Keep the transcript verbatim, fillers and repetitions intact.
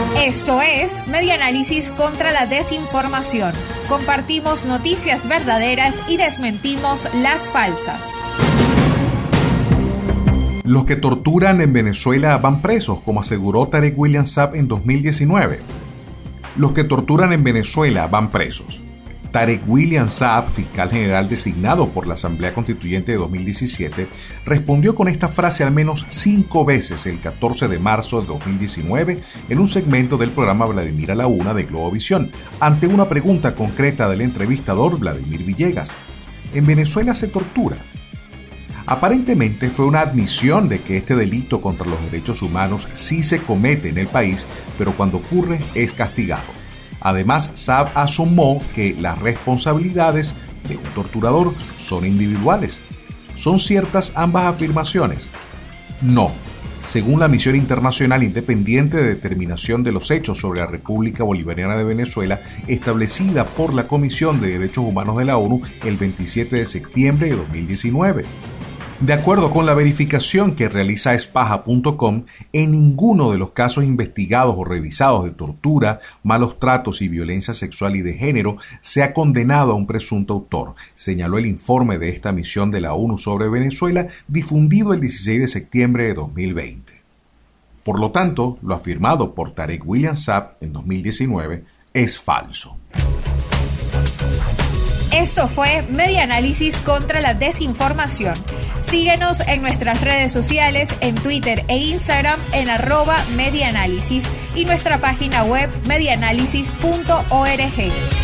Esto es Medianálisis contra la desinformación. Compartimos noticias verdaderas y desmentimos las falsas. Los que torturan en Venezuela van presos, como aseguró Tarek William Saab en dos mil diecinueve. Los que torturan en Venezuela van presos. Tarek William Saab, fiscal general designado por la Asamblea Constituyente de dos mil diecisiete, respondió con esta frase al menos cinco veces el catorce de marzo de dos mil diecinueve en un segmento del programa Vladimir a la Una de Globovisión, ante una pregunta concreta del entrevistador Vladimir Villegas. ¿En Venezuela se tortura? Aparentemente fue una admisión de que este delito contra los derechos humanos sí se comete en el país, pero cuando ocurre es castigado. Además, Saab asumió que las responsabilidades de un torturador son individuales. ¿Son ciertas ambas afirmaciones? No. Según la Misión Internacional Independiente de Determinación de los Hechos sobre la República Bolivariana de Venezuela, establecida por la Comisión de Derechos Humanos de la ONU el veintisiete de septiembre de dos mil diecinueve. De acuerdo con la verificación que realiza espaja punto com, en ninguno de los casos investigados o revisados de tortura, malos tratos y violencia sexual y de género se ha condenado a un presunto autor, señaló el informe de esta misión de la ONU sobre Venezuela, difundido el dieciséis de septiembre de dos mil veinte. Por lo tanto, lo afirmado por Tarek William Saab en dos mil diecinueve es falso. Esto fue Medianálisis contra la desinformación. Síguenos en nuestras redes sociales, en Twitter e Instagram en arroba Medianálisis y nuestra página web medianálisis punto org.